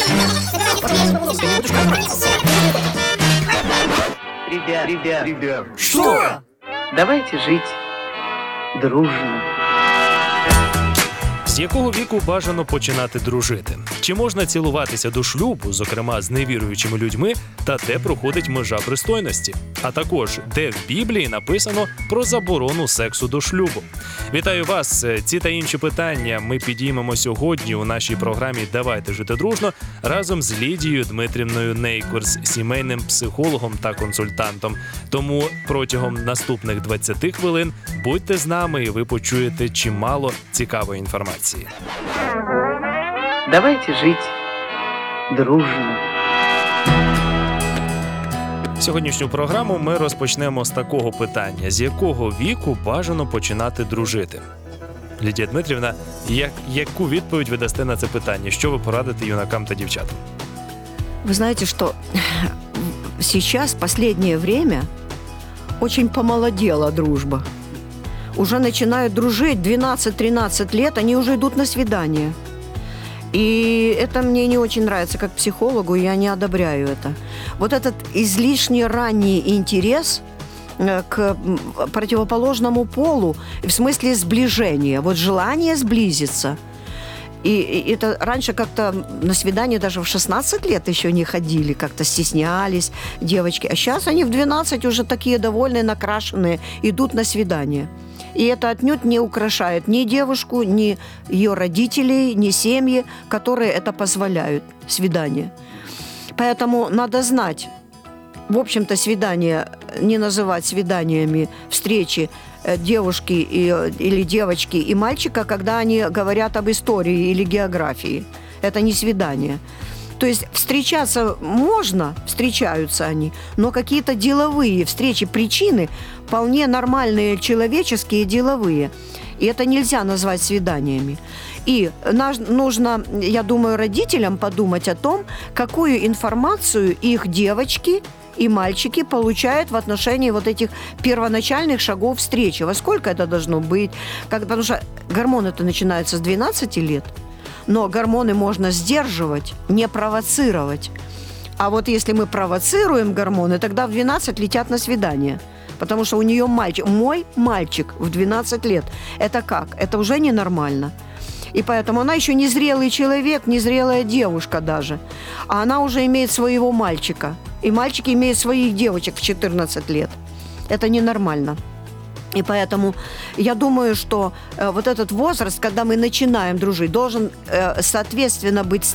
Ребят. Что? Давайте жить дружно. З якого віку бажано починати дружити? Чи можна цілуватися до шлюбу, зокрема з невіруючими людьми, та де проходить межа пристойності? А також, де в Біблії написано про заборону сексу до шлюбу? Вітаю вас! Ці та інші питання ми підіймемо сьогодні у нашій програмі «Давайте жити дружно» разом з Лідією Дмитрівною Нейкурс, сімейним психологом та консультантом. Тому протягом наступних 20 хвилин будьте з нами і ви почуєте чимало цікавої інформації. Давайте жить дружно. Сьогоднішню програму ми розпочнемо з такого питання. З якого віку бажано починати дружити? Лідія Дмитрівна, яку відповідь ви дасте на це питання? Що ви порадите юнакам та дівчатам? Вы знаете, что сейчас, в последнее время, очень помолодела дружба. Уже начинают дружить 12-13 лет, они уже идут на свидание. И это мне не очень нравится как психологу, я не одобряю это. Вот этот излишне ранний интерес к противоположному полу, в смысле сближения, вот желание сблизиться. И это раньше как-то на свидание даже в 16 лет еще не ходили, как-то стеснялись девочки. А сейчас они в 12 уже такие довольные, накрашенные, идут на свидание. И это отнюдь не украшает ни девушку, ни ее родителей, ни семьи, которые это позволяют, свидание. Поэтому надо знать, в общем-то, свидание не называть свиданиями встречи девушки или девочки и мальчика, когда они говорят об истории или географии. Это не свидание. То есть встречаться можно, встречаются они, но какие-то деловые встречи, причины вполне нормальные, человеческие, деловые. И это нельзя назвать свиданиями. И нужно, я думаю, родителям подумать о том, какую информацию их девочки и мальчики получают в отношении вот этих первоначальных шагов встречи. Во сколько это должно быть? Потому что гормоны-то начинаются с 12 лет. Но гормоны можно сдерживать, не провоцировать. А вот если мы провоцируем гормоны, тогда в 12 летят на свидание. Потому что у нее мальчик. Мой мальчик в 12 лет. Это как? Это уже ненормально. И поэтому она еще не зрелый человек, не зрелая девушка даже. А она уже имеет своего мальчика. И мальчики имеют своих девочек в 14 лет. Это ненормально. И поэтому я думаю, что вот этот возраст, когда мы начинаем дружить, должен соответственно быть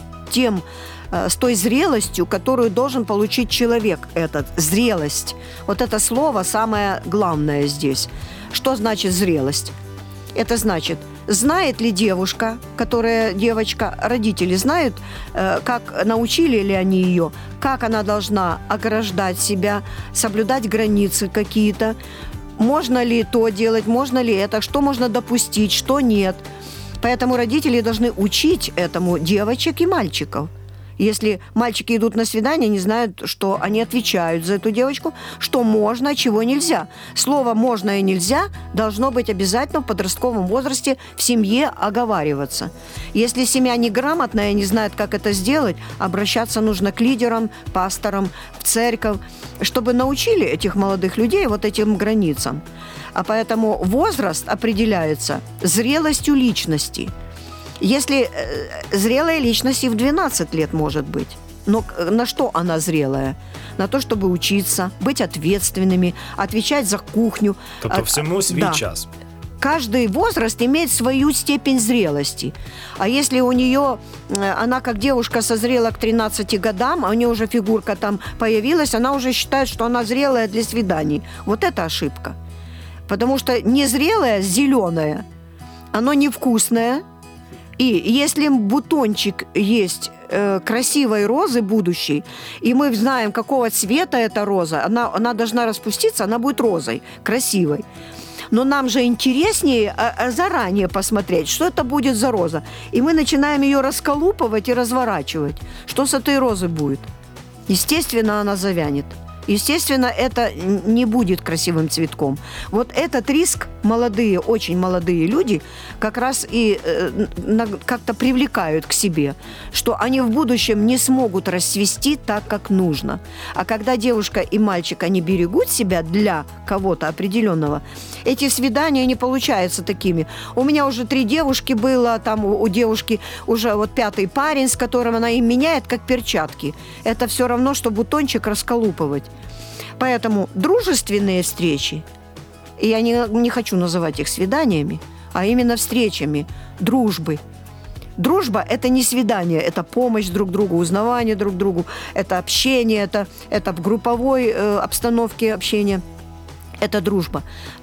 с той зрелостью, которую должен получить человек этот. Зрелость. Вот это слово самое главное здесь. Что значит зрелость? Это значит, знает ли девушка, девочка, родители знают, как научили ли они ее, как она должна ограждать себя, соблюдать границы какие-то, можно ли то делать, можно ли это, что можно допустить, что нет. Поэтому родители должны учить этому девочек и мальчиков. Если мальчики идут на свидание, они знают, что они отвечают за эту девочку, что можно, а чего нельзя. Слово «можно» и «нельзя» должно быть обязательно в подростковом возрасте в семье оговариваться. Если семья неграмотная и не знает, как это сделать, обращаться нужно к лидерам, пасторам, в церковь, чтобы научили этих молодых людей вот этим границам. А поэтому возраст определяется зрелостью личности. Если зрелая личность и в 12 лет может быть. Но на что она зрелая? На то, чтобы учиться, быть ответственными, отвечать за кухню. Тобто всему свій час. Каждый возраст имеет свою степень зрелости. А если у нее, она как девушка созрела к 13 годам, а у нее уже фигурка там появилась, она уже считает, что она зрелая для свиданий. Вот это ошибка. Потому что незрелое, зеленое, оно невкусное. И если бутончик есть красивой розы будущей, и мы знаем, какого цвета эта роза, она должна распуститься, она будет розой, красивой. Но нам же интереснее заранее посмотреть, что это будет за роза. И мы начинаем ее расколупывать и разворачивать. Что с этой розы будет? Естественно, она завянет. естественно, это не будет красивым цветком. Вот этот риск молодые, очень молодые люди как раз и как-то привлекают к себе, что они в будущем не смогут расцвести так, как нужно. А когда девушка и мальчик, они берегут себя для кого-то определенного, эти свидания не получаются такими. У меня уже 3 девушки было, там у девушки уже вот 5-й парень, с которым она им меняет, как перчатки. Это все равно, что бутончик расколупывать. Поэтому дружественные встречи, и я не хочу называть их свиданиями, а именно встречами, дружбы. Дружба – это не свидание, это помощь друг другу, узнавание друг другу, это общение, это в групповой обстановке общения. Это дружба.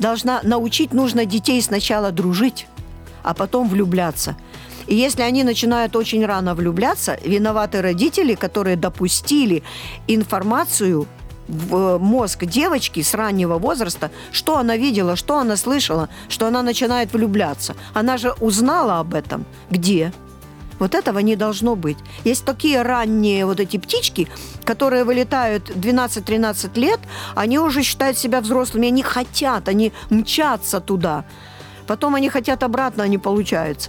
Нужно детей сначала дружить, а потом влюбляться. И если они начинают очень рано влюбляться, виноваты родители, которые допустили информацию в мозг девочки с раннего возраста, что она видела, что она слышала, что она начинает влюбляться. Она же узнала об этом. Где? Вот этого не должно быть. Есть такие ранние вот эти птички, которые вылетают 12-13 лет, они уже считают себя взрослыми, они хотят, они мчатся туда. Потом они хотят обратно, а не получается.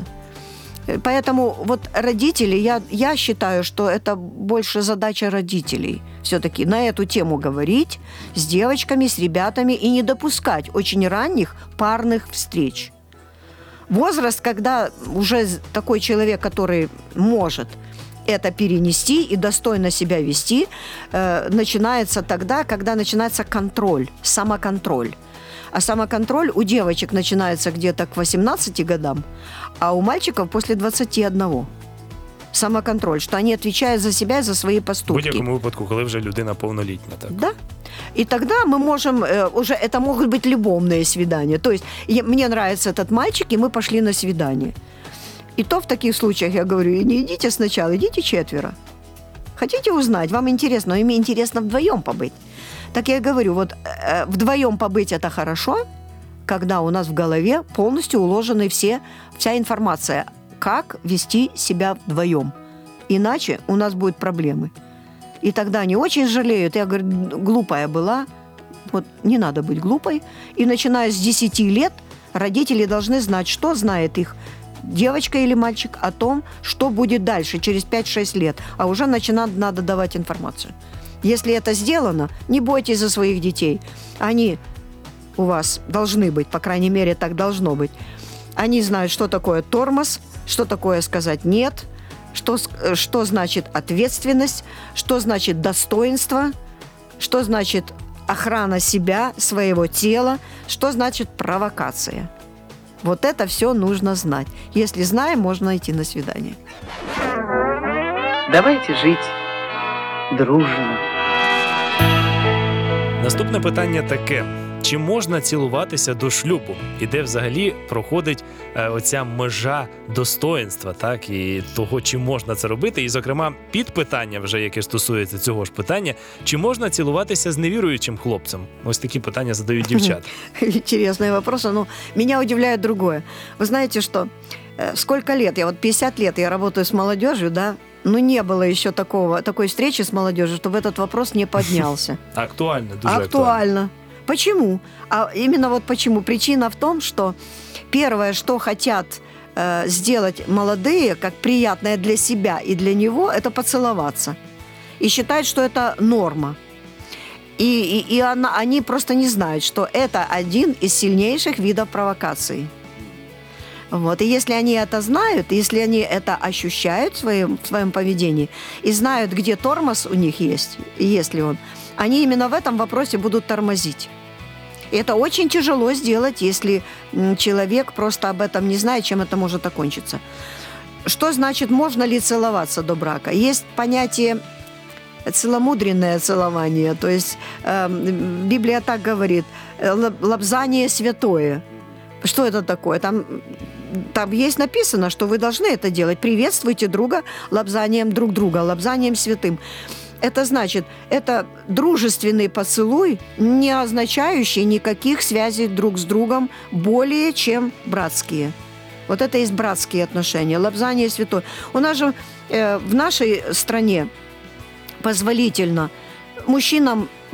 Поэтому вот родители, я считаю, что это больше задача родителей все-таки на эту тему говорить с девочками, с ребятами и не допускать очень ранних парных встреч. Возраст, когда уже такой человек, который может это перенести и достойно себя вести, начинается тогда, когда начинается контроль, самоконтроль. А самоконтроль у девочек начинается где-то к 18 годам, а у мальчиков после 21. Самоконтроль, что они отвечают за себя и за свои поступки. В будь-якому випадку, коли вже людина повнолітня. Так? Да. И тогда мы можем, уже это могут быть любовные свидания. То есть мне нравится этот мальчик, и мы пошли на свидание. И то в таких случаях я говорю, не идите сначала, идите 4. Хотите узнать, вам интересно, но им интересно вдвоем побыть. Так я говорю, вот вдвоем побыть это хорошо, когда у нас в голове полностью уложены вся информация, как вести себя вдвоем. Иначе у нас будут проблемы. И тогда они очень жалеют. Я говорю, глупая была. Вот не надо быть глупой. И начиная с 10 лет родители должны знать, что знает их девочка или мальчик о том, что будет дальше, через 5-6 лет. А уже надо давать информацию. Если это сделано, не бойтесь за своих детей. Они у вас должны быть, по крайней мере, так должно быть. Они знают, что такое тормоз, что такое сказать «нет», что значит ответственность, что значит достоинство, что значит охрана себя, своего тела, что значит провокация. Вот это все нужно знать. Если знаем, можно идти на свидание. Давайте жить дружно. Наступне питання таке. Чи можна цілуватися до шлюбу? І де взагалі проходить оця межа достоїнства, так? І того, чи можна це робити? І, зокрема, підпитання вже, яке стосується цього ж питання, чи можна цілуватися з невіруючим хлопцем? Ось такі питання задають дівчата. Интересный вопрос, но меня удивляет другое. Вы знаете, что сколько лет, 50 лет я работаю с молодежью, да, но не было еще такой встречи с молодежью, чтобы этот вопрос не поднялся. Актуально, дуже актуально. Актуально. Почему? А именно вот почему. Причина в том, что первое, что хотят сделать молодые, как приятное для себя и для него, это поцеловаться. И считают, что это норма. И они просто не знают, что это один из сильнейших видов провокации. Вот. И если они это знают, если они это ощущают в своем поведении и знают, где тормоз у них есть, если он, они именно в этом вопросе будут тормозить. И это очень тяжело сделать, если человек просто об этом не знает, чем это может окончиться. Что значит, можно ли целоваться до брака? Есть понятие целомудренное целование, то есть Библия так говорит, лобзание святое. Что это такое? Там есть написано, что вы должны это делать. Приветствуйте друга лобзанием друг друга, лобзанием святым. Это значит, это дружественный поцелуй, не означающий никаких связей друг с другом более, чем братские. Вот это есть братские отношения, лобзание святое. У нас же в нашей стране позволительно мужчинам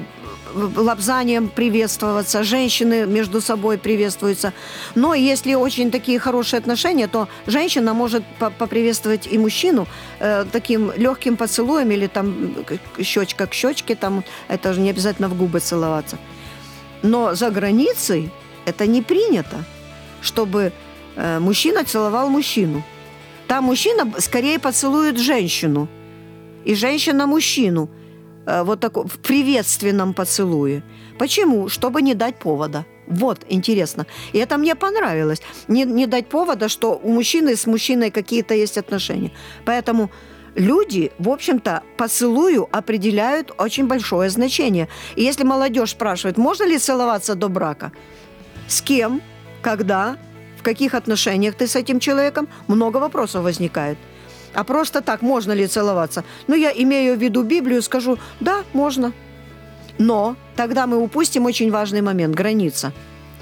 лапзанием приветствоваться, женщины между собой приветствуются. Но если очень такие хорошие отношения, то женщина может поприветствовать и мужчину таким легким поцелуем или там щечка к щечке, там, это же не обязательно в губы целоваться. Но за границей это не принято, чтобы мужчина целовал мужчину. Там мужчина скорее поцелует женщину, и женщина мужчину. Вот так в приветственном поцелуе. Почему? Чтобы не дать повода. Вот, интересно. И это мне понравилось. Не дать повода, что у мужчины с мужчиной какие-то есть отношения. Поэтому люди, в общем-то, поцелую определяют очень большое значение. И если молодежь спрашивает, можно ли целоваться до брака, с кем, когда, в каких отношениях ты с этим человеком, много вопросов возникает. А просто так, можно ли целоваться? Ну, я имею в виду Библию, скажу, да, можно. Но тогда мы упустим очень важный момент – граница.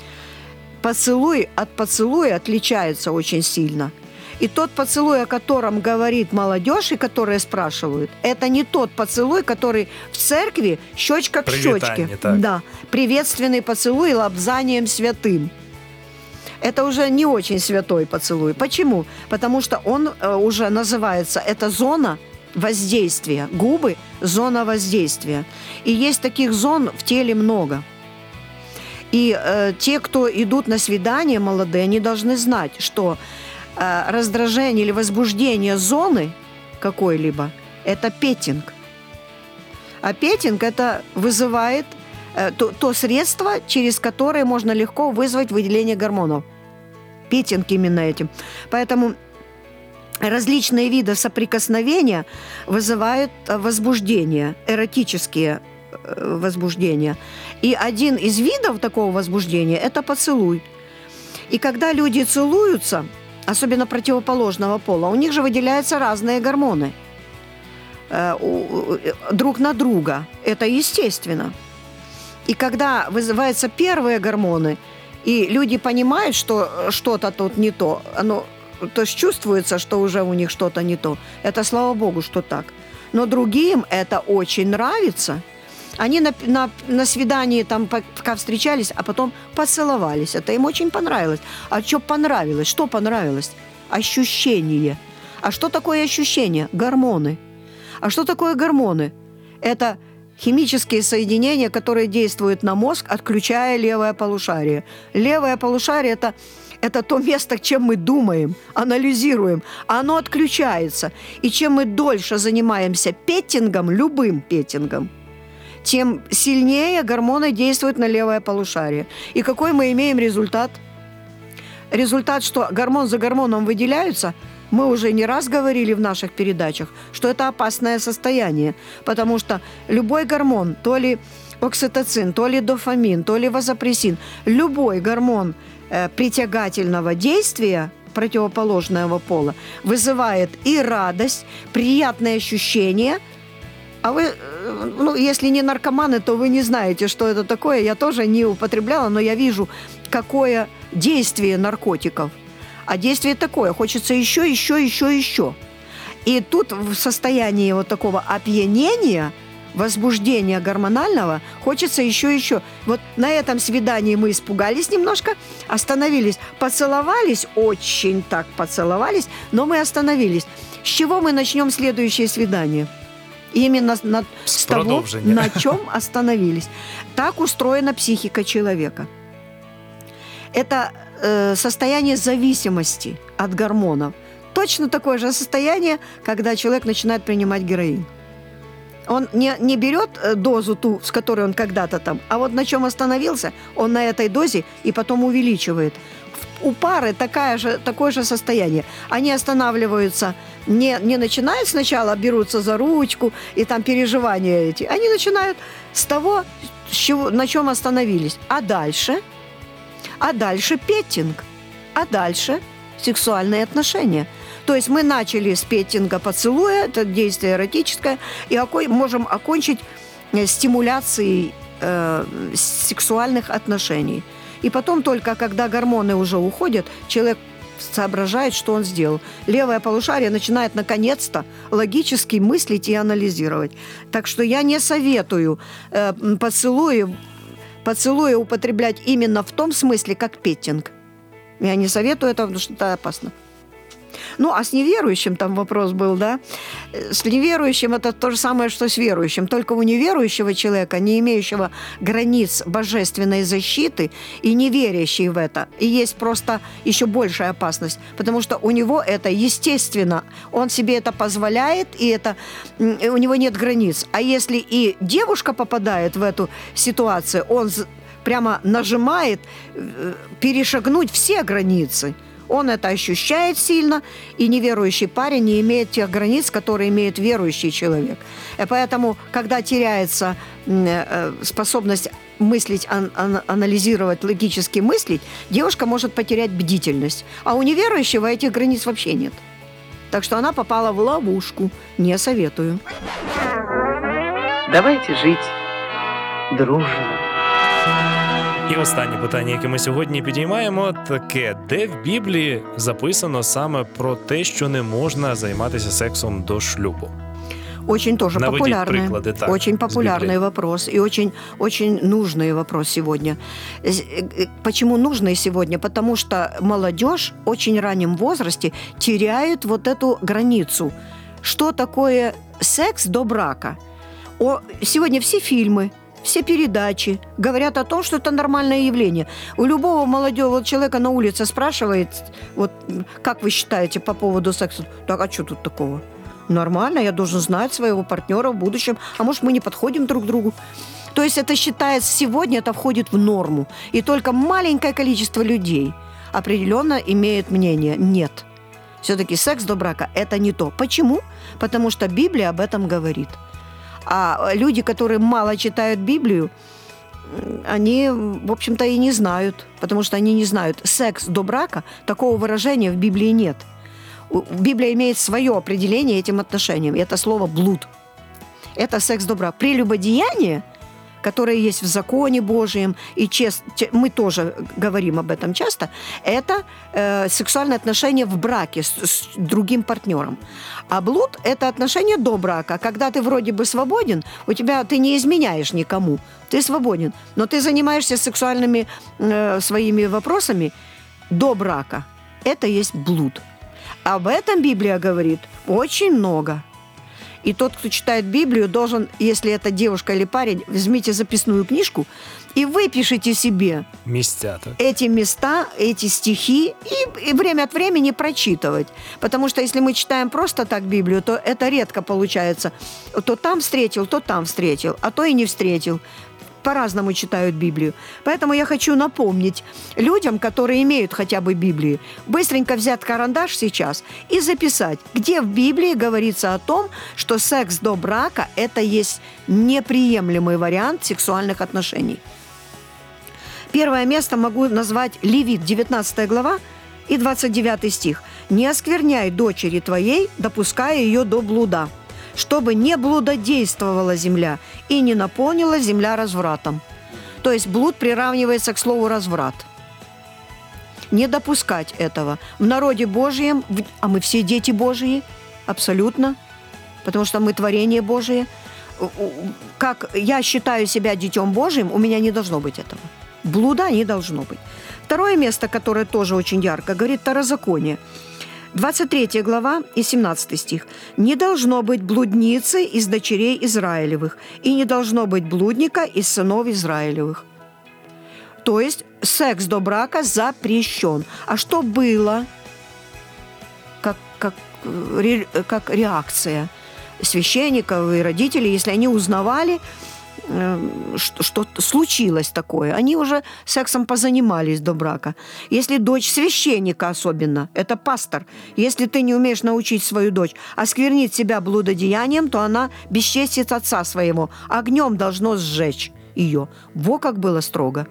Поцелуй от поцелуя отличается очень сильно. И тот поцелуй, о котором говорит молодежь и которые спрашивают, это не тот поцелуй, который в церкви щечка к щечке. Так. Да, приветственный поцелуй лапзанием святым. Это уже не очень святой поцелуй. Почему? Потому что он уже называется, это зона воздействия. Губы – зона воздействия. И есть таких зон в теле много. И те, кто идут на свидание молодые, они должны знать, что раздражение или возбуждение зоны какой-либо – это петтинг. А петтинг – это вызывает то средство, через которое можно легко вызвать выделение гормонов. Петтинг именно этим. Поэтому различные виды соприкосновения вызывают возбуждение, эротические возбуждения. И один из видов такого возбуждения – это поцелуй. И когда люди целуются, особенно противоположного пола, у них же выделяются разные гормоны друг на друга. Это естественно. И когда вызываются первые гормоны, и люди понимают, что что-то тут не то, то есть чувствуется, что уже у них что-то не то. Это слава Богу, что так. Но другим это очень нравится. Они на свидании там пока встречались, а потом поцеловались. Это им очень понравилось. А что понравилось? Что понравилось? Ощущение. А что такое ощущение? Гормоны. А что такое гормоны? Это химические соединения, которые действуют на мозг, отключая левое полушарие. Левое полушарие – это то место, чем мы думаем, анализируем. Оно отключается. И чем мы дольше занимаемся петтингом, любым петтингом, тем сильнее гормоны действуют на левое полушарие. И какой мы имеем результат? Результат, что гормон за гормоном выделяются. Мы уже не раз говорили в наших передачах, что это опасное состояние, потому что любой гормон, то ли окситоцин, то ли дофамин, то ли вазопрессин, любой гормон притягательного действия противоположного пола вызывает и радость, приятные ощущения. А вы, если не наркоманы, то вы не знаете, что это такое. Я тоже не употребляла, но я вижу, какое действие наркотиков. А действие такое, хочется еще. И тут в состоянии вот такого опьянения, возбуждения гормонального, хочется еще. Вот на этом свидании мы испугались немножко, остановились, поцеловались, очень так поцеловались, но мы остановились. С чего мы начнем следующее свидание? Именно с того, на чем остановились. Так устроена психика человека. Это состояние зависимости от гормонов. Точно такое же состояние, когда человек начинает принимать героин. Он не берет дозу ту, с которой он когда-то там, а вот на чем остановился, он на этой дозе и потом увеличивает. У пары такое же состояние. Они останавливаются, не начинают сначала, берутся за ручку, и там переживания эти. Они начинают с того, на чем остановились. А дальше петтинг. А дальше сексуальные отношения. То есть мы начали с петтинга поцелуя, это действие эротическое, и можем окончить стимуляцией сексуальных отношений. И потом только, когда гормоны уже уходят, человек соображает, что он сделал. Левое полушарие начинает наконец-то логически мыслить и анализировать. Так что я не советую поцелуи употреблять именно в том смысле, как петтинг. Я не советую это, потому что это опасно. Ну, а с неверующим там вопрос был, да? С неверующим это то же самое, что с верующим. Только у неверующего человека, не имеющего границ божественной защиты и не верящий в это, и есть просто еще большая опасность, потому что у него это естественно. Он себе это позволяет, и это у него нет границ. А если и девушка попадает в эту ситуацию, он прямо нажимает перешагнуть все границы. Он это ощущает сильно, и неверующий парень не имеет тех границ, которые имеет верующий человек. И поэтому, когда теряется способность мыслить, анализировать, логически мыслить, девушка может потерять бдительность. А у неверующего этих границ вообще нет. Так что она попала в ловушку. Не советую. Давайте жить дружно. І останнє питання, яке ми сьогодні підіймаємо, таке: де в Біблії записано саме про те, що не можна займатися сексом до шлюбу? Очень тоже Наводить популярный, приклады, так, очень с популярный Библии. вопрос и очень, очень нужный вопрос сегодня. Почему нужный сегодня? Потому что молодежь в очень раннем возрасте теряет вот эту границу. Что такое секс до брака? Сегодня все фильмы, все передачи говорят о том, что это нормальное явление. У любого молодого человека на улице спрашивает, вот как вы считаете по поводу секса? Так, а что тут такого? Нормально, я должен знать своего партнера в будущем. А может, мы не подходим друг к другу? То есть это считается, сегодня это входит в норму. И только маленькое количество людей определенно имеет мнение. Нет. Все-таки секс до брака – это не то. Почему? Потому что Библия об этом говорит. А люди, которые мало читают Библию, они, в общем-то, и не знают. Потому что они не знают. Секс до брака, такого выражения в Библии нет. Библия имеет свое определение этим отношениям. Это слово «блуд». Это секс до брака. Прелюбодеяние, которое есть в законе Божьем, и мы тоже говорим об этом часто, это сексуальное отношение в браке с другим партнером. А блуд – это отношение до брака. Когда ты вроде бы свободен, ты не изменяешь никому, ты свободен, но ты занимаешься сексуальными своими вопросами до брака. Это есть блуд. Об этом Библия говорит очень много. И тот, кто читает Библию, должен, если это девушка или парень, возьмите записную книжку и выпишите себе эти места, эти стихи и время от времени прочитывать. Потому что если мы читаем просто так Библию, то это редко получается. То там встретил, а то и не встретил. По-разному читают Библию. Поэтому я хочу напомнить людям, которые имеют хотя бы Библию, быстренько взять карандаш сейчас и записать, где в Библии говорится о том, что секс до брака – это есть неприемлемый вариант сексуальных отношений. Первое место могу назвать Левит, 19 глава и 29 стих. «Не оскверняй дочери твоей, допуская ее до блуда, чтобы не блудодействовала земля и не наполнила земля развратом». То есть блуд приравнивается к слову «разврат». Не допускать этого. В народе Божьем, а мы все дети Божьи, абсолютно, потому что мы творение Божие. Как я считаю себя детем Божьим, у меня не должно быть этого. Блуда не должно быть. Второе место, которое тоже очень ярко, говорит Второзаконие. 23 глава и 17 стих. «Не должно быть блудницы из дочерей Израилевых, и не должно быть блудника из сынов Израилевых». То есть секс до брака запрещен. А что было как реакция священников и родителей, если они узнавали, что случилось такое? Они уже сексом позанимались до брака. Если дочь священника особенно, это пастор, если ты не умеешь научить свою дочь осквернить себя блудодеянием, то она бесчестит отца своего. Огнем должно сжечь ее. Во как было строго.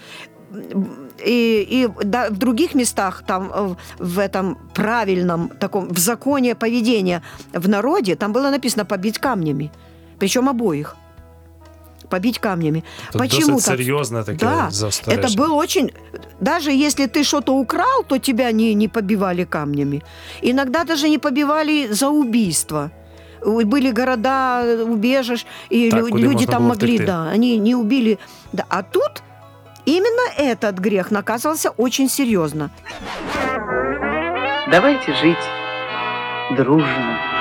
И да, в других местах, там, в этом правильном, таком, в законе поведения в народе, там было написано побить камнями. Причем обоих. побить камнями. Тут Почему досить так? серйозне таке Да, застереження. это был очень... Даже если ты что-то украл, то тебя не побивали камнями. Иногда даже не побивали за убийство. Были города, убежищ, и Так, куда люди можно там было могли, втекти. да, они не убили. Да. А тут именно этот грех наказывался очень серьезно. Давайте жить дружно.